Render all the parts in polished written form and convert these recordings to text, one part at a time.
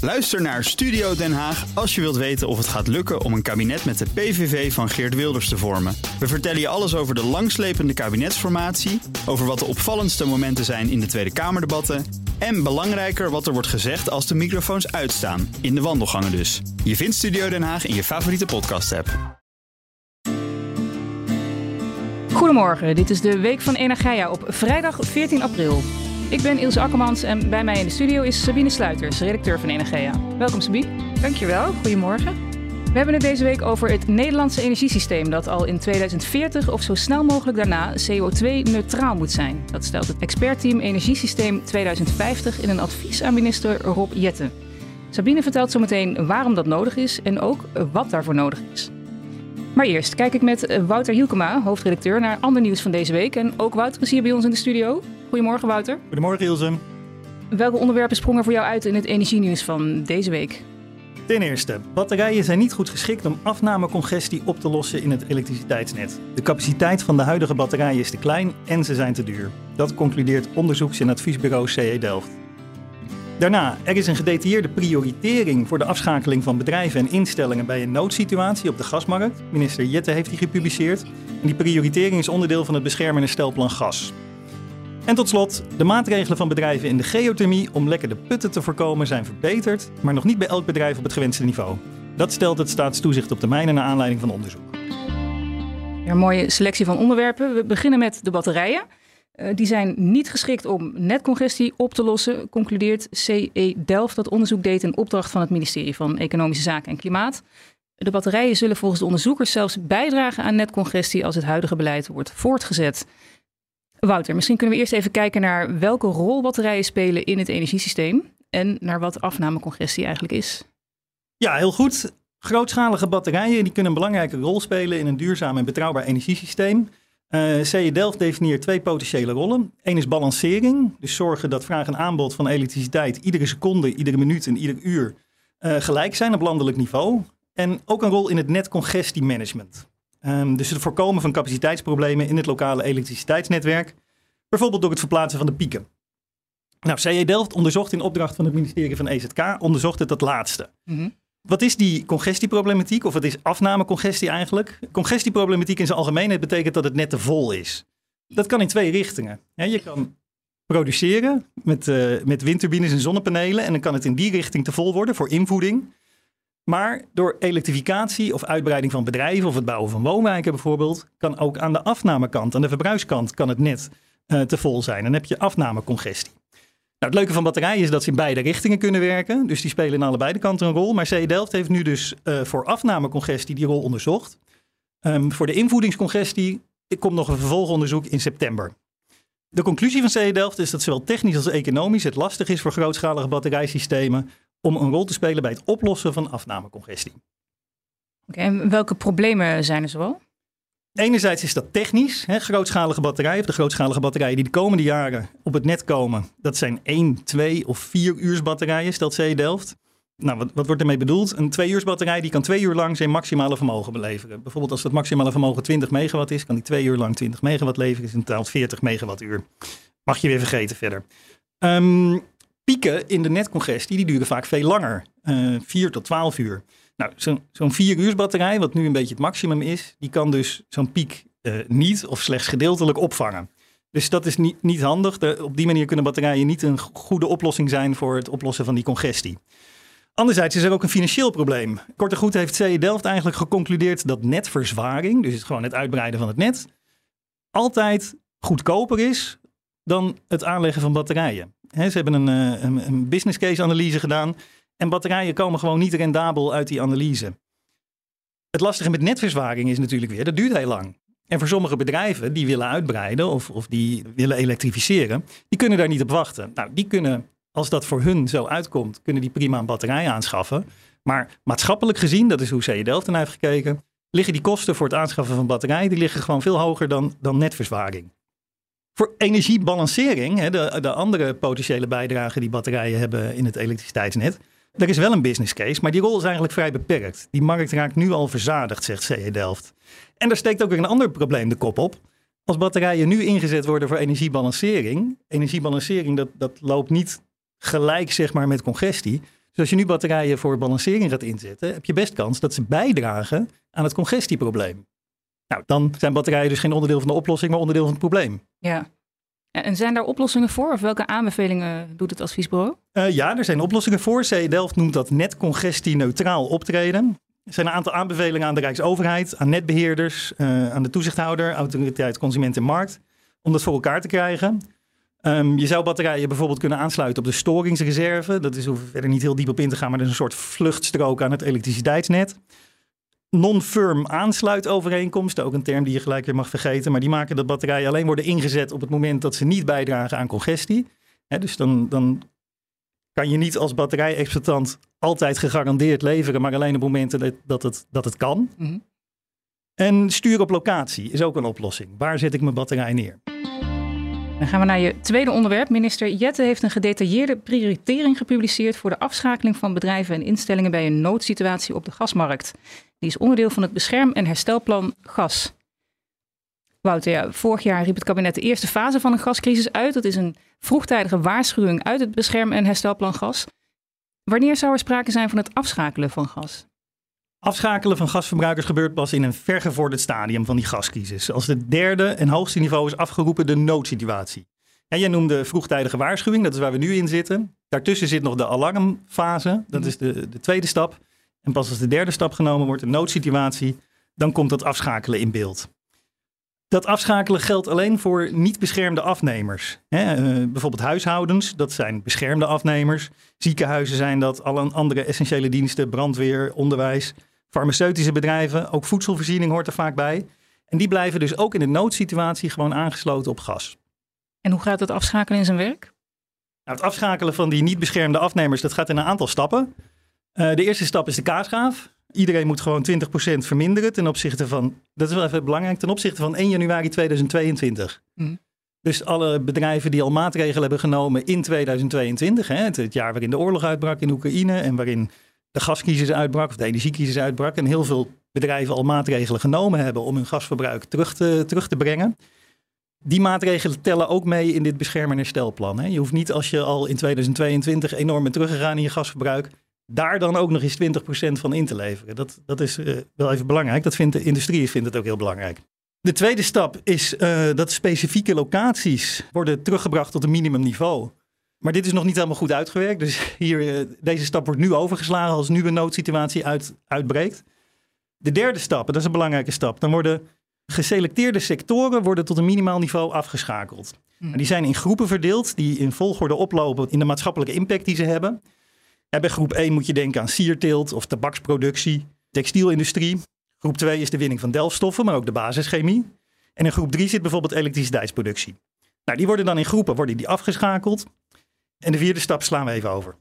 Luister naar Studio Den Haag als je wilt weten of het gaat lukken om een kabinet met de PVV van Geert Wilders te vormen. We vertellen je alles over de langslepende kabinetsformatie, over wat de opvallendste momenten zijn in de Tweede Kamerdebatten en belangrijker wat er wordt gezegd als de microfoons uitstaan, in de wandelgangen dus. Je vindt Studio Den Haag in je favoriete podcast-app. Goedemorgen, dit is de Week van Energia op vrijdag 14 april. Ik ben Ilse Akkermans en bij mij in de studio is Sabine Sluiters, redacteur van Energia. Welkom Sabine. Dankjewel, goedemorgen. We hebben het deze week over het Nederlandse energiesysteem dat al in 2040 of zo snel mogelijk daarna CO2-neutraal moet zijn. Dat stelt het expertteam Energiesysteem 2050 in een advies aan minister Rob Jetten. Sabine vertelt zometeen waarom dat nodig is en ook wat daarvoor nodig is. Maar eerst kijk ik met Wouter Hielkema, hoofdredacteur, naar ander nieuws van deze week. En ook Wouter is hier bij ons in de studio. Goedemorgen Wouter. Goedemorgen Ilse. Welke onderwerpen sprongen voor jou uit in het energienieuws van deze week? Ten eerste, batterijen zijn niet goed geschikt om afnamecongestie op te lossen in het elektriciteitsnet. De capaciteit van de huidige batterijen is te klein en ze zijn te duur. Dat concludeert onderzoeks- en adviesbureau CE Delft. Daarna, er is een gedetailleerde prioritering voor de afschakeling van bedrijven en instellingen bij een noodsituatie op de gasmarkt. Minister Jetten heeft die gepubliceerd. En die prioritering is onderdeel van het beschermende stelplan gas. En tot slot, de maatregelen van bedrijven in de geothermie om lekkende putten te voorkomen zijn verbeterd, maar nog niet bij elk bedrijf op het gewenste niveau. Dat stelt het Staatstoezicht op de mijnen naar aanleiding van onderzoek. Ja, een mooie selectie van onderwerpen. We beginnen met de batterijen. Die zijn niet geschikt om netcongestie op te lossen, concludeert CE Delft dat onderzoek deed in opdracht van het ministerie van Economische Zaken en Klimaat. De batterijen zullen volgens de onderzoekers zelfs bijdragen aan netcongestie als het huidige beleid wordt voortgezet. Wouter, misschien kunnen we eerst even kijken naar welke rol batterijen spelen in het energiesysteem en naar wat afnamecongestie eigenlijk is. Ja, heel goed. Grootschalige batterijen die kunnen een belangrijke rol spelen in een duurzaam en betrouwbaar energiesysteem. CE Delft definieert twee potentiële rollen. Eén is balancering, dus zorgen dat vraag en aanbod van elektriciteit iedere seconde, iedere minuut en ieder uur gelijk zijn op landelijk niveau. En ook een rol in het netcongestiemanagement. Dus het voorkomen van capaciteitsproblemen in het lokale elektriciteitsnetwerk. Bijvoorbeeld door het verplaatsen van de pieken. Nou, CE Delft onderzocht in opdracht van het ministerie van EZK, onderzocht het dat laatste. Mm-hmm. Wat is die congestieproblematiek? Of wat is afnamecongestie eigenlijk? Congestieproblematiek in zijn algemeenheid betekent dat het net te vol is. Dat kan in twee richtingen. Je kan produceren met windturbines en zonnepanelen en dan kan het in die richting te vol worden voor invoeding. Maar door elektrificatie of uitbreiding van bedrijven of het bouwen van woonwijken bijvoorbeeld, kan ook aan de afnamekant, aan de verbruikskant, kan het net te vol zijn. Dan heb je afnamecongestie. Nou, het leuke van batterijen is dat ze in beide richtingen kunnen werken. Dus die spelen in allebei de kanten een rol. Maar CE Delft heeft nu dus voor afnamecongestie die rol onderzocht. Voor de invoedingscongestie komt nog een vervolgonderzoek in september. De conclusie van CE Delft is dat zowel technisch als economisch het lastig is voor grootschalige batterijsystemen om een rol te spelen bij het oplossen van afnamecongestie. Oké, en welke problemen zijn er zoal? Enerzijds is dat technisch. Grootschalige batterijen, of de grootschalige batterijen die de komende jaren op het net komen, dat zijn 1, 2 of 4 uursbatterijen, stelt CE Delft. Nou, wat wordt ermee bedoeld? Een 2 uursbatterij die kan 2 uur lang zijn maximale vermogen beleveren. Bijvoorbeeld als dat maximale vermogen 20 megawatt is, kan die 2 uur lang 20 megawatt leveren, is in totaal 40 megawattuur. Mag je weer vergeten verder. Pieken in de netcongestie, die duren vaak veel langer. 4 tot 12 uur. Nou, zo'n 4 uursbatterij, wat nu een beetje het maximum is, die kan dus zo'n piek niet of slechts gedeeltelijk opvangen. Dus dat is niet handig. Op die manier kunnen batterijen niet een goede oplossing zijn voor het oplossen van die congestie. Anderzijds is er ook een financieel probleem. Kort en goed heeft CE Delft eigenlijk geconcludeerd dat netverzwaring, dus gewoon het uitbreiden van het net, altijd goedkoper is dan het aanleggen van batterijen. Ze hebben een business case analyse gedaan en batterijen komen gewoon niet rendabel uit die analyse. Het lastige met netverzwaring is natuurlijk weer, dat duurt heel lang. En voor sommige bedrijven die willen uitbreiden of die willen elektrificeren, die kunnen daar niet op wachten. Nou, die kunnen, als dat voor hun zo uitkomt, kunnen die prima een batterij aanschaffen. Maar maatschappelijk gezien, dat is hoe CE Delft ernaar heeft gekeken, liggen die kosten voor het aanschaffen van batterijen, die liggen gewoon veel hoger dan netverzwaring. Voor energiebalancering, de andere potentiële bijdrage die batterijen hebben in het elektriciteitsnet, er is wel een business case, maar die rol is eigenlijk vrij beperkt. Die markt raakt nu al verzadigd, zegt CE Delft. En daar steekt ook weer een ander probleem de kop op. Als batterijen nu ingezet worden voor energiebalancering, dat loopt niet gelijk zeg maar met congestie. Dus als je nu batterijen voor balancering gaat inzetten, heb je best kans dat ze bijdragen aan het congestieprobleem. Nou, dan zijn batterijen dus geen onderdeel van de oplossing, maar onderdeel van het probleem. Ja. En zijn daar oplossingen voor? Of welke aanbevelingen doet het adviesbureau? Ja, er zijn oplossingen voor. CE Delft noemt dat netcongestie-neutraal optreden. Er zijn een aantal aanbevelingen aan de Rijksoverheid, aan netbeheerders, aan de toezichthouder, Autoriteit Consument en Markt, om dat voor elkaar te krijgen. Je zou batterijen bijvoorbeeld kunnen aansluiten op de storingsreserve. Dat is, hoeven we verder niet heel diep op in te gaan, maar dat is een soort vluchtstrook aan het elektriciteitsnet. Non-firm aansluitovereenkomsten, ook een term die je gelijk weer mag vergeten, maar die maken dat batterijen alleen worden ingezet op het moment dat ze niet bijdragen aan congestie. Dus dan kan je niet als batterijexploitant altijd gegarandeerd leveren, maar alleen op momenten dat het kan. Mm-hmm. En stuur op locatie is ook een oplossing. Waar zet ik mijn batterij neer? Dan gaan we naar je tweede onderwerp. Minister Jette heeft een gedetailleerde prioritering gepubliceerd voor de afschakeling van bedrijven en instellingen bij een noodsituatie op de gasmarkt. Die is onderdeel van het bescherm- en herstelplan gas. Wouter, vorig jaar riep het kabinet de eerste fase van een gascrisis uit. Dat is een vroegtijdige waarschuwing uit het bescherm- en herstelplan gas. Wanneer zou er sprake zijn van het afschakelen van gas? Afschakelen van gasverbruikers gebeurt pas in een vergevorderd stadium van die gascrisis. Als het derde en hoogste niveau is afgeroepen, de noodsituatie. En jij noemde vroegtijdige waarschuwing, dat is waar we nu in zitten. Daartussen zit nog de alarmfase, dat is de tweede stap. En pas als de derde stap genomen wordt, de noodsituatie, dan komt dat afschakelen in beeld. Dat afschakelen geldt alleen voor niet beschermde afnemers. Bijvoorbeeld huishoudens, dat zijn beschermde afnemers. Ziekenhuizen zijn dat, alle andere essentiële diensten, brandweer, onderwijs, farmaceutische bedrijven. Ook voedselvoorziening hoort er vaak bij. En die blijven dus ook in de noodsituatie gewoon aangesloten op gas. En hoe gaat het afschakelen in zijn werk? Nou, het afschakelen van die niet beschermde afnemers, dat gaat in een aantal stappen. De eerste stap is de kaarsgraaf. Iedereen moet gewoon 20% verminderen ten opzichte van, dat is wel even belangrijk, ten opzichte van 1 januari 2022. Mm. Dus alle bedrijven die al maatregelen hebben genomen in 2022, het jaar waarin de oorlog uitbrak in Oekraïne en waarin de gascrisis uitbrak of de energiecrisis uitbrak en heel veel bedrijven al maatregelen genomen hebben om hun gasverbruik terug te brengen. Die maatregelen tellen ook mee in dit bescherm- en herstelplan. Je hoeft niet, als je al in 2022 enorm bent teruggegaan in je gasverbruik, daar dan ook nog eens 20% van in te leveren. Dat is wel even belangrijk. Dat vindt de industrie het ook heel belangrijk. De tweede stap is dat specifieke locaties worden teruggebracht tot een minimumniveau. Maar dit is nog niet helemaal goed uitgewerkt. Dus deze stap wordt nu overgeslagen als nu een noodsituatie uitbreekt. De derde stap, dat is een belangrijke stap. Dan worden geselecteerde sectoren tot een minimaal niveau afgeschakeld. En die zijn in groepen verdeeld die in volgorde oplopen in de maatschappelijke impact die ze hebben. Bij groep 1 moet je denken aan sierteelt of tabaksproductie, textielindustrie. Groep 2 is de winning van delfstoffen, maar ook de basischemie. En in groep 3 zit bijvoorbeeld elektriciteitsproductie. Nou, die worden dan in groepen afgeschakeld. En de vierde stap slaan we even over.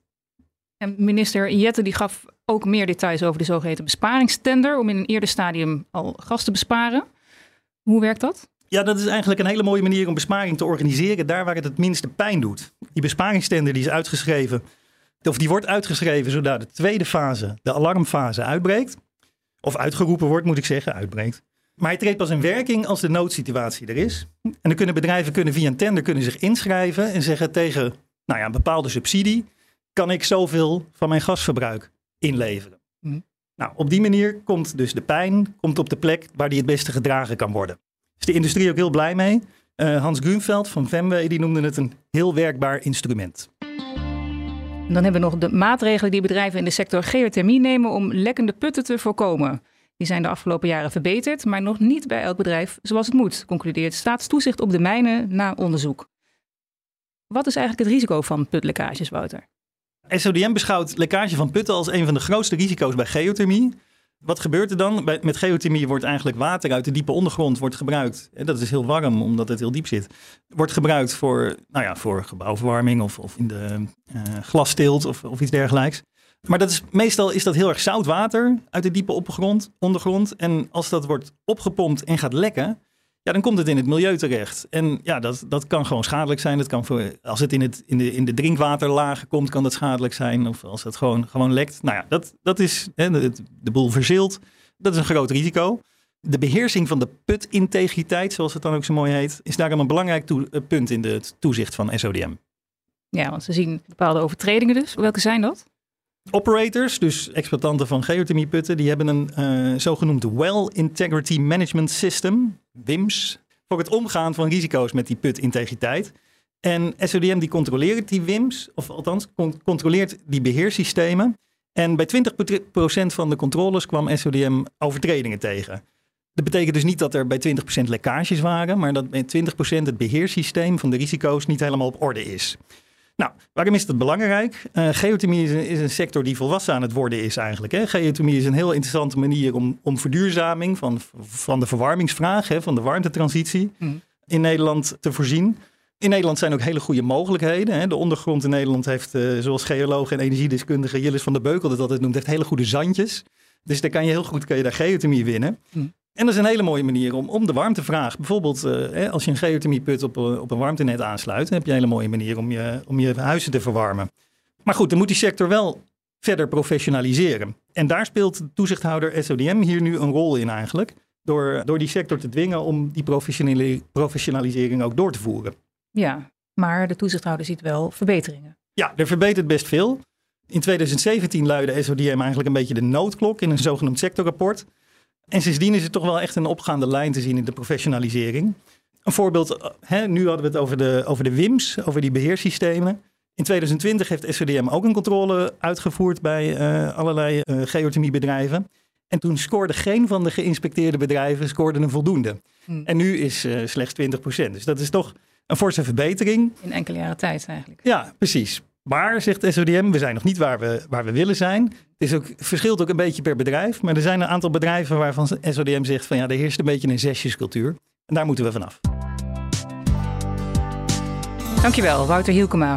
En minister Jette die gaf ook meer details over de zogeheten besparingstender om in een eerder stadium al gas te besparen. Hoe werkt dat? Ja, dat is eigenlijk een hele mooie manier om besparing te organiseren daar waar het minste pijn doet. Die besparingstender die is uitgeschreven, of die wordt uitgeschreven zodat de tweede fase, de alarmfase, uitbreekt. Of uitgeroepen wordt, moet ik zeggen, uitbreekt. Maar hij treedt pas in werking als de noodsituatie er is. En dan kunnen bedrijven via een tender zich inschrijven en zeggen tegen een bepaalde subsidie kan ik zoveel van mijn gasverbruik inleveren. Mm. Nou, op die manier komt dus de pijn op de plek waar die het beste gedragen kan worden. Is de industrie ook heel blij mee. Hans Grunveld van Femway die noemde het een heel werkbaar instrument. Dan hebben we nog de maatregelen die bedrijven in de sector geothermie nemen om lekkende putten te voorkomen. Die zijn de afgelopen jaren verbeterd, maar nog niet bij elk bedrijf zoals het moet, concludeert Staatstoezicht op de mijnen na onderzoek. Wat is eigenlijk het risico van putlekkages, Wouter? SODM beschouwt lekkage van putten als een van de grootste risico's bij geothermie. Wat gebeurt er dan? Met geothermie wordt eigenlijk water uit de diepe ondergrond gebruikt. En dat is heel warm, omdat het heel diep zit. Wordt gebruikt voor gebouwverwarming of in de glasteelt of iets dergelijks. Maar meestal is dat heel erg zout water uit de diepe ondergrond. En als dat wordt opgepompt en gaat lekken, dan komt het in het milieu terecht. En ja, dat kan gewoon schadelijk zijn. Dat kan als het in de drinkwaterlagen komt, kan dat schadelijk zijn. Of als het gewoon lekt. Nou ja, dat is de boel verzeelt. Dat is een groot risico. De beheersing van de putintegriteit, zoals het dan ook zo mooi heet, is daarom een belangrijk punt in het toezicht van SODM. Ja, want ze zien bepaalde overtredingen dus. Welke zijn dat? Operators, dus exploitanten van geothermieputten, die hebben een zogenoemd Well Integrity Management System, WIMS, voor het omgaan van risico's met die putintegriteit. En SODM die controleert die WIMS, of althans controleert die beheersystemen. En bij 20% van de controles kwam SODM overtredingen tegen. Dat betekent dus niet dat er bij 20% lekkages waren, maar dat bij 20% het beheersysteem van de risico's niet helemaal op orde is. Nou, waarom is dat belangrijk? Geothermie is een sector die volwassen aan het worden is eigenlijk. Hè? Geothermie is een heel interessante manier om verduurzaming van de verwarmingsvraag, van de warmtetransitie in Nederland te voorzien. In Nederland zijn ook hele goede mogelijkheden. Hè? De ondergrond in Nederland heeft, zoals geoloog en energiedeskundige Jillis van der Beukel dat altijd noemt, heeft hele goede zandjes. Dus daar kan je daar geothermie winnen. En dat is een hele mooie manier om de warmtevraag. Bijvoorbeeld als je een geothermieput op een warmtenet aansluit, dan heb je een hele mooie manier om je huizen te verwarmen. Maar goed, dan moet die sector wel verder professionaliseren. En daar speelt de toezichthouder SODM hier nu een rol in eigenlijk. Door die sector te dwingen om die professionalisering ook door te voeren. Ja, maar de toezichthouder ziet wel verbeteringen. Ja, er verbetert best veel. In 2017 luidde SODM eigenlijk een beetje de noodklok in een zogenoemd sectorrapport. En sindsdien is het toch wel echt een opgaande lijn te zien in de professionalisering. Een voorbeeld, nu hadden we het over de WIMS, over die beheersystemen. In 2020 heeft SODM ook een controle uitgevoerd bij allerlei geothermiebedrijven. En toen scoorde geen van de geïnspecteerde bedrijven een voldoende. En nu is slechts 20%. Dus dat is toch een forse verbetering. In enkele jaren tijd eigenlijk. Ja, precies. Maar, zegt SODM, we zijn nog niet waar we willen zijn. Het verschilt ook een beetje per bedrijf. Maar er zijn een aantal bedrijven waarvan SODM zegt van ja, er heerst een beetje een zesjescultuur. En daar moeten we vanaf. Dankjewel, Wouter Hielkema.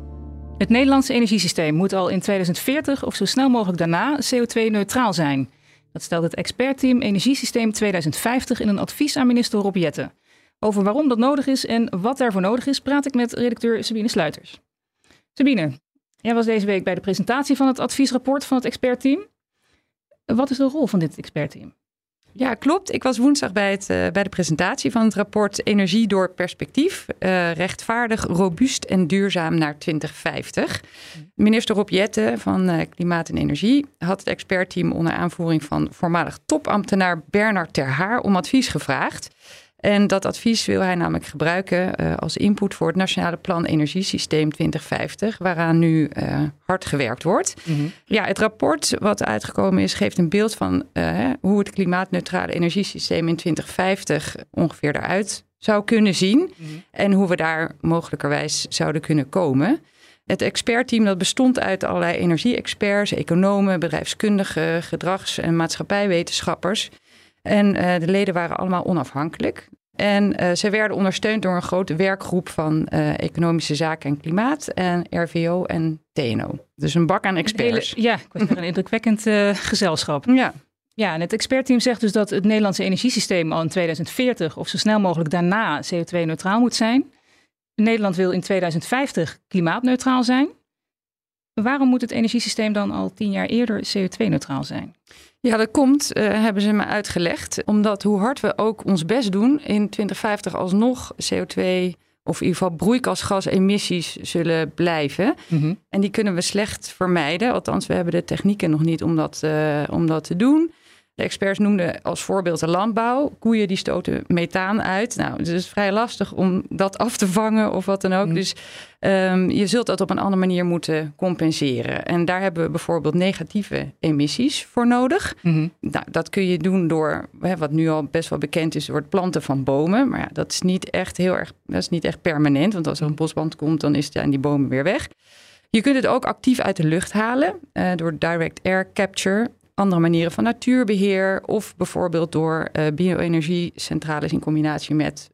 Het Nederlandse energiesysteem moet al in 2040 of zo snel mogelijk daarna CO2-neutraal zijn. Dat stelt het expertteam Energiesysteem 2050 in een advies aan minister Rob Jetten. Over waarom dat nodig is en wat daarvoor nodig is, praat ik met redacteur Sabine Sluiters. Sabine, jij was deze week bij de presentatie van het adviesrapport van het expertteam. Wat is de rol van dit expertteam? Ja, klopt. Ik was woensdag bij de presentatie van het rapport Energie door perspectief. Rechtvaardig, robuust en duurzaam naar 2050. Minister Rob Jetten van Klimaat en Energie had het expertteam onder aanvoering van voormalig topambtenaar Bernard Ter Haar om advies gevraagd. En dat advies wil hij namelijk gebruiken als input voor het Nationale Plan Energiesysteem 2050, waaraan nu hard gewerkt wordt. Ja, het rapport wat uitgekomen is, geeft een beeld van hoe het klimaatneutrale energiesysteem in 2050 ongeveer eruit zou kunnen zien. En hoe we daar mogelijkerwijs zouden kunnen komen. Het expertteam dat bestond uit allerlei energie-experts, economen, bedrijfskundigen, gedrags- en maatschappijwetenschappers. En de leden waren allemaal onafhankelijk. En ze werden ondersteund door een grote werkgroep van Economische Zaken en Klimaat en RVO en TNO. Dus een bak aan experts. Ik was zeggen, een indrukwekkend gezelschap. Ja, en het expertteam zegt dus dat het Nederlandse energiesysteem al in 2040 of zo snel mogelijk daarna CO2-neutraal moet zijn. Nederland wil in 2050 klimaatneutraal zijn. Waarom moet het energiesysteem dan al 10 jaar eerder CO2-neutraal zijn? Ja, dat komt, hebben ze me uitgelegd. Omdat hoe hard we ook ons best doen, in 2050 alsnog CO2 of in ieder geval broeikasgasemissies zullen blijven. En die kunnen we slecht vermijden. Althans, we hebben de technieken nog niet om dat te doen. De experts noemden als voorbeeld de landbouw. Koeien die stoten methaan uit. Nou, het is vrij lastig om dat af te vangen of wat dan ook. Dus je zult dat op een andere manier moeten compenseren. En daar hebben we bijvoorbeeld negatieve emissies voor nodig. Nou, dat kun je doen door, wat nu al best wel bekend is, door het planten van bomen. Maar ja, dat is niet echt permanent. Want als er een bosbrand komt, dan zijn die bomen weer weg. Je kunt het ook actief uit de lucht halen door direct air capture. Andere manieren van natuurbeheer of bijvoorbeeld door bio-energiecentrales in combinatie met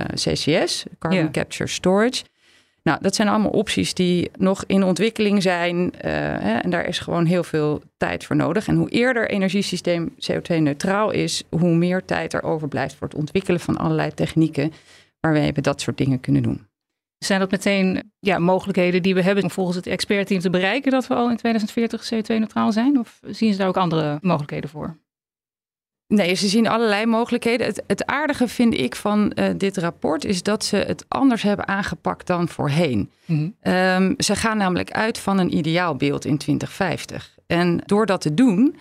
CCS, Carbon Capture Storage. Nou, dat zijn allemaal opties die nog in ontwikkeling zijn en daar is gewoon heel veel tijd voor nodig. En hoe eerder energiesysteem CO2-neutraal is, hoe meer tijd er overblijft voor het ontwikkelen van allerlei technieken waarmee we dat soort dingen kunnen doen. Zijn dat meteen mogelijkheden die we hebben om volgens het expertteam te bereiken dat we al in 2040 CO2-neutraal zijn? Of zien ze daar ook andere mogelijkheden voor? Nee, ze zien allerlei mogelijkheden. Het aardige vind ik van dit rapport is dat ze het anders hebben aangepakt dan voorheen. Mm-hmm. Ze gaan namelijk uit van een ideaalbeeld in 2050. En door dat te doen,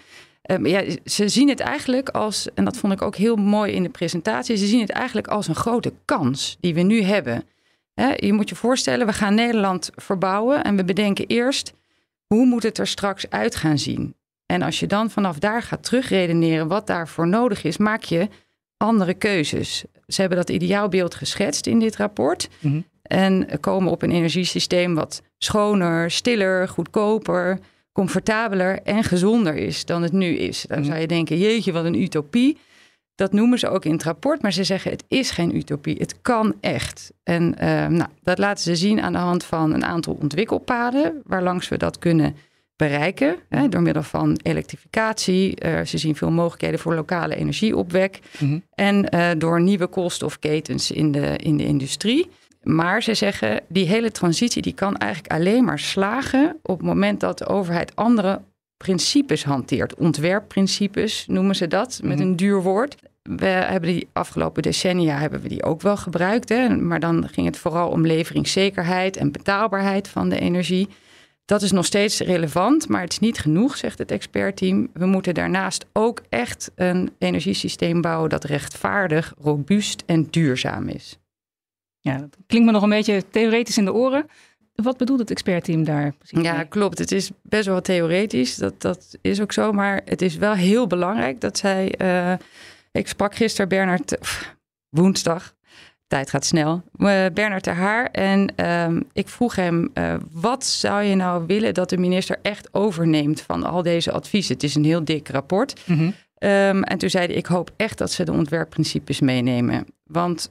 ze zien het eigenlijk als, en dat vond ik ook heel mooi in de presentatie, ze zien het eigenlijk als een grote kans die we nu hebben. Je moet je voorstellen, we gaan Nederland verbouwen en we bedenken eerst, hoe moet het er straks uit gaan zien? En als je dan vanaf daar gaat terugredeneren wat daarvoor nodig is, maak je andere keuzes. Ze hebben dat ideaalbeeld geschetst in dit rapport. Mm-hmm. En komen op een energiesysteem wat schoner, stiller, goedkoper, comfortabeler en gezonder is dan het nu is. Dan zou je denken, jeetje, wat een utopie. Dat noemen ze ook in het rapport, maar ze zeggen het is geen utopie. Het kan echt. En dat laten ze zien aan de hand van een aantal ontwikkelpaden, waarlangs we dat kunnen bereiken. Door middel van elektrificatie. Ze zien veel mogelijkheden voor lokale energieopwek. Mm-hmm. En door nieuwe koolstofketens in de industrie. Maar ze zeggen, die hele transitie die kan eigenlijk alleen maar slagen op het moment dat de overheid andere principes hanteert. Ontwerpprincipes noemen ze dat, met een duur woord. We hebben die afgelopen decennia ook wel gebruikt. Maar dan ging het vooral om leveringszekerheid en betaalbaarheid van de energie. Dat is nog steeds relevant, maar het is niet genoeg, zegt het expertteam. We moeten daarnaast ook echt een energiesysteem bouwen dat rechtvaardig, robuust en duurzaam is. Ja, dat klinkt me nog een beetje theoretisch in de oren. Wat bedoelt het expertteam daar precies? Ja, klopt. Het is best wel theoretisch. Dat is ook zo, maar het is wel heel belangrijk dat zij... ik sprak gisteren woensdag. Tijd gaat snel. Bernard ter Haar. En ik vroeg hem, wat zou je nou willen dat de minister echt overneemt van al deze adviezen? Het is een heel dik rapport. Mm-hmm. En toen zei hij, ik hoop echt dat ze de ontwerpprincipes meenemen. Want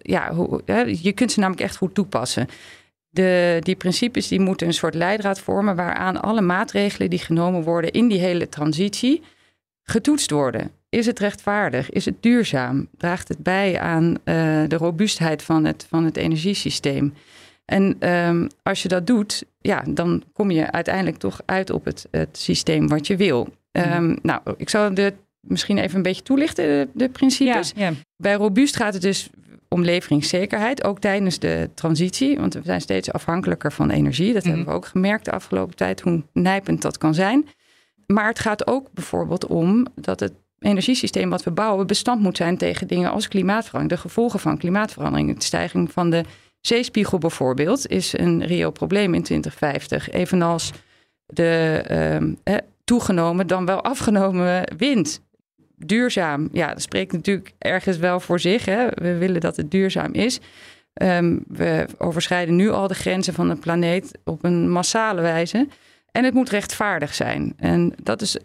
je kunt ze namelijk echt goed toepassen. Die principes die moeten een soort leidraad vormen waaraan alle maatregelen die genomen worden in die hele transitie getoetst worden. Is het rechtvaardig? Is het duurzaam? Draagt het bij aan de robuustheid van het energiesysteem? En als je dat doet, dan kom je uiteindelijk toch uit op het systeem wat je wil. Ik zal misschien even een beetje toelichten, de principes. Ja. Bij robuust gaat het dus om leveringszekerheid, ook tijdens de transitie. Want we zijn steeds afhankelijker van energie. Dat hebben we ook gemerkt de afgelopen tijd, hoe nijpend dat kan zijn. Maar het gaat ook bijvoorbeeld om dat het energiesysteem wat we bouwen bestand moet zijn tegen dingen als klimaatverandering. De gevolgen van klimaatverandering. De stijging van de zeespiegel bijvoorbeeld is een reëel probleem in 2050. Evenals de toegenomen dan wel afgenomen wind. Duurzaam, dat spreekt natuurlijk ergens wel voor zich. Hè? We willen dat het duurzaam is. We overschrijden nu al de grenzen van de planeet op een massale wijze. En het moet rechtvaardig zijn. En dat is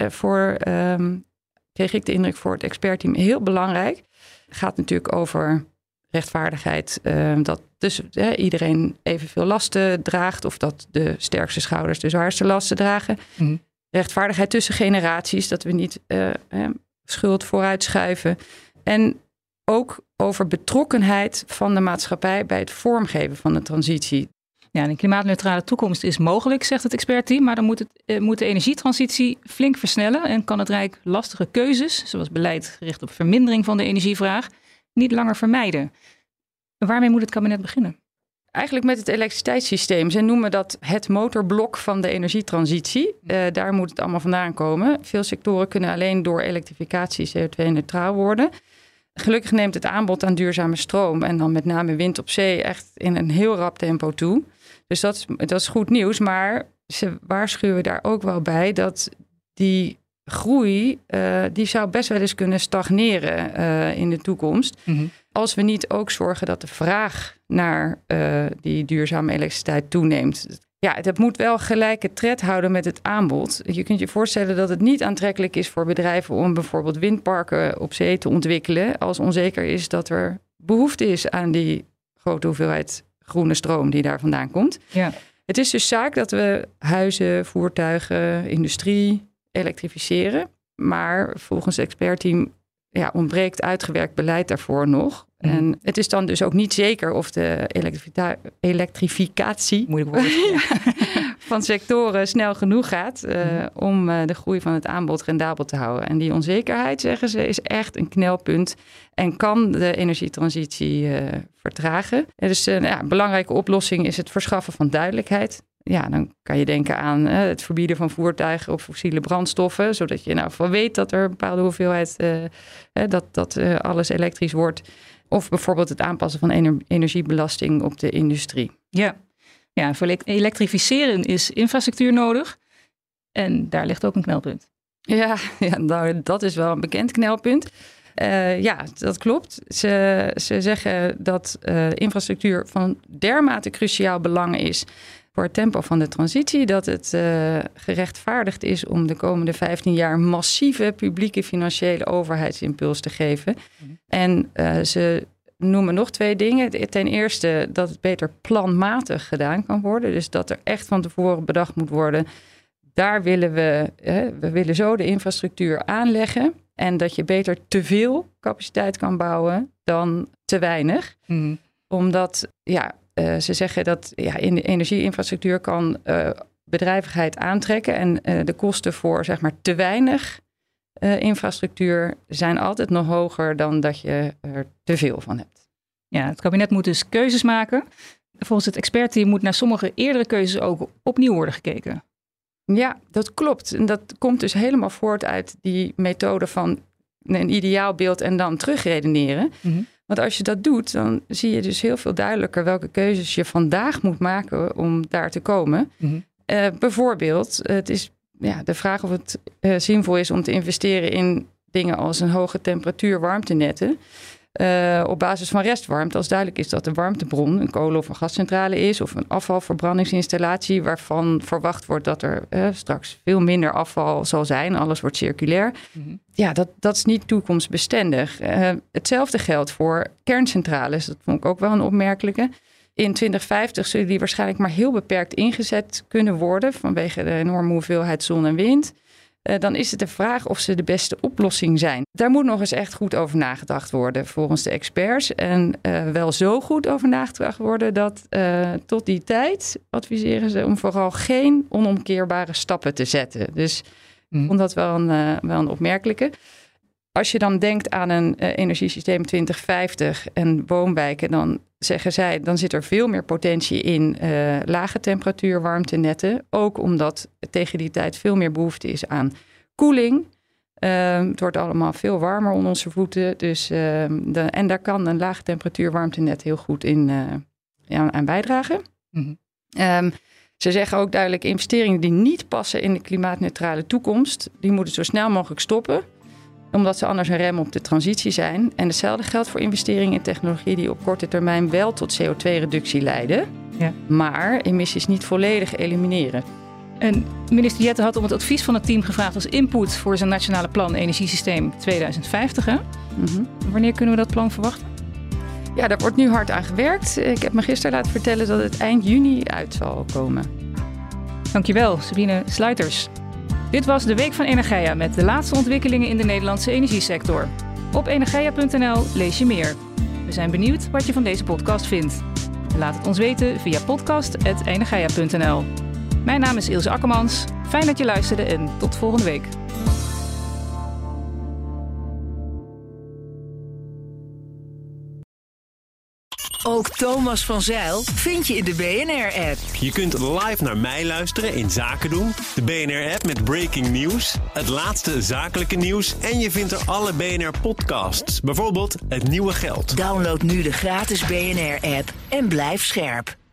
kreeg ik de indruk voor het expertteam heel belangrijk. Het gaat natuurlijk over rechtvaardigheid. Dat dus iedereen evenveel lasten draagt. Of dat de sterkste schouders de zwaarste lasten dragen. Mm. Rechtvaardigheid tussen generaties. Dat we niet schuld vooruit schuiven. En ook over betrokkenheid van de maatschappij bij het vormgeven van de transitie. Ja, een klimaatneutrale toekomst is mogelijk, zegt het expertteam. Maar dan moet de energietransitie flink versnellen. En kan het Rijk lastige keuzes, zoals beleid gericht op vermindering van de energievraag, niet langer vermijden. Waarmee moet het kabinet beginnen? Eigenlijk met het elektriciteitssysteem. Ze noemen dat het motorblok van de energietransitie. Daar moet het allemaal vandaan komen. Veel sectoren kunnen alleen door elektrificatie CO2-neutraal worden. Gelukkig neemt het aanbod aan duurzame stroom en dan met name wind op zee echt in een heel rap tempo toe. Dus dat is goed nieuws, maar ze waarschuwen daar ook wel bij dat die groei, die zou best wel eens kunnen stagneren in de toekomst. Mm-hmm. Als we niet ook zorgen dat de vraag naar die duurzame elektriciteit toeneemt. Ja, het moet wel gelijke tred houden met het aanbod. Je kunt je voorstellen dat het niet aantrekkelijk is voor bedrijven om bijvoorbeeld windparken op zee te ontwikkelen, als onzeker is dat er behoefte is aan die grote hoeveelheid groene stroom die daar vandaan komt. Ja. Het is dus zaak dat we huizen, voertuigen, industrie elektrificeren. Maar volgens het expertteam ontbreekt uitgewerkt beleid daarvoor nog. Mm. En het is dan dus ook niet zeker of de elektrificatie moeilijk woord, van sectoren snel genoeg gaat om de groei van het aanbod rendabel te houden. En die onzekerheid, zeggen ze, is echt een knelpunt en kan de energietransitie vertragen. En dus een belangrijke oplossing is het verschaffen van duidelijkheid. Ja, dan kan je denken aan het verbieden van voertuigen op fossiele brandstoffen, zodat je in ieder geval weet dat er een bepaalde hoeveelheid, dat alles elektrisch wordt. Of bijvoorbeeld het aanpassen van energiebelasting op de industrie. Ja, voor elektrificeren is infrastructuur nodig. En daar ligt ook een knelpunt. Ja, nou, dat is wel een bekend knelpunt. Ja, dat klopt. Ze zeggen dat infrastructuur van dermate cruciaal belang is voor het tempo van de transitie, dat het gerechtvaardigd is om de komende 15 jaar massieve publieke financiële overheidsimpuls te geven. En ze noemen nog 2 dingen. Ten eerste dat het beter planmatig gedaan kan worden. Dus dat er echt van tevoren bedacht moet worden. Daar willen we willen zo de infrastructuur aanleggen. En dat je beter te veel capaciteit kan bouwen dan te weinig. Omdat, ze zeggen dat in de energieinfrastructuur kan bedrijvigheid aantrekken. En de kosten voor zeg maar te weinig infrastructuur zijn altijd nog hoger dan dat je er te veel van hebt. Ja, het kabinet moet dus keuzes maken. Volgens het expertteam moet naar sommige eerdere keuzes ook opnieuw worden gekeken. Ja, dat klopt. En dat komt dus helemaal voort uit die methode van een ideaalbeeld en dan terugredeneren. Want als je dat doet, dan zie je dus heel veel duidelijker welke keuzes je vandaag moet maken om daar te komen. Bijvoorbeeld, het is de vraag of het zinvol is om te investeren in dingen als een hoge temperatuur warmtenetten. Op basis van restwarmte, als duidelijk is dat de warmtebron een kolen- of een gascentrale is of een afvalverbrandingsinstallatie waarvan verwacht wordt dat er straks veel minder afval zal zijn. Alles wordt circulair. Ja, dat is niet toekomstbestendig. Hetzelfde geldt voor kerncentrales. Dat vond ik ook wel een opmerkelijke. In 2050 zullen die waarschijnlijk maar heel beperkt ingezet kunnen worden vanwege de enorme hoeveelheid zon en wind. Dan is het de vraag of ze de beste oplossing zijn. Daar moet nog eens echt goed over nagedacht worden volgens de experts. En wel zo goed over nagedacht worden dat tot die tijd adviseren ze om vooral geen onomkeerbare stappen te zetten. Dus ik vond dat wel een opmerkelijke. Als je dan denkt aan een energiesysteem 2050 en woonwijken, dan zeggen zij, dan zit er veel meer potentie in lage temperatuur warmtenetten. Ook omdat tegen die tijd veel meer behoefte is aan koeling. Het wordt allemaal veel warmer onder onze voeten. Dus, en daar kan een lage temperatuur warmtenet heel goed in aan bijdragen. Ze zeggen ook duidelijk, investeringen die niet passen in de klimaatneutrale toekomst, die moeten zo snel mogelijk stoppen, omdat ze anders een rem op de transitie zijn. En hetzelfde geldt voor investeringen in technologie die op korte termijn wel tot CO2-reductie leiden, maar emissies niet volledig elimineren. En minister Jette had om het advies van het team gevraagd als input voor zijn nationale plan Energiesysteem 2050. Hè? Wanneer kunnen we dat plan verwachten? Ja, daar wordt nu hard aan gewerkt. Ik heb me gisteren laten vertellen dat het eind juni uit zal komen. Dankjewel, Sabine Sluiters. Dit was de Week van Energia met de laatste ontwikkelingen in de Nederlandse energiesector. Op energia.nl lees je meer. We zijn benieuwd wat je van deze podcast vindt. Laat het ons weten via podcast@energia.nl. Mijn naam is Ilse Akkermans. Fijn dat je luisterde en tot volgende week. Ook Thomas van Zijl vind je in de BNR-app. Je kunt live naar mij luisteren in Zaken doen, de BNR-app met breaking news, het laatste zakelijke nieuws en je vindt er alle BNR-podcasts, bijvoorbeeld Het Nieuwe Geld. Download nu de gratis BNR-app en blijf scherp.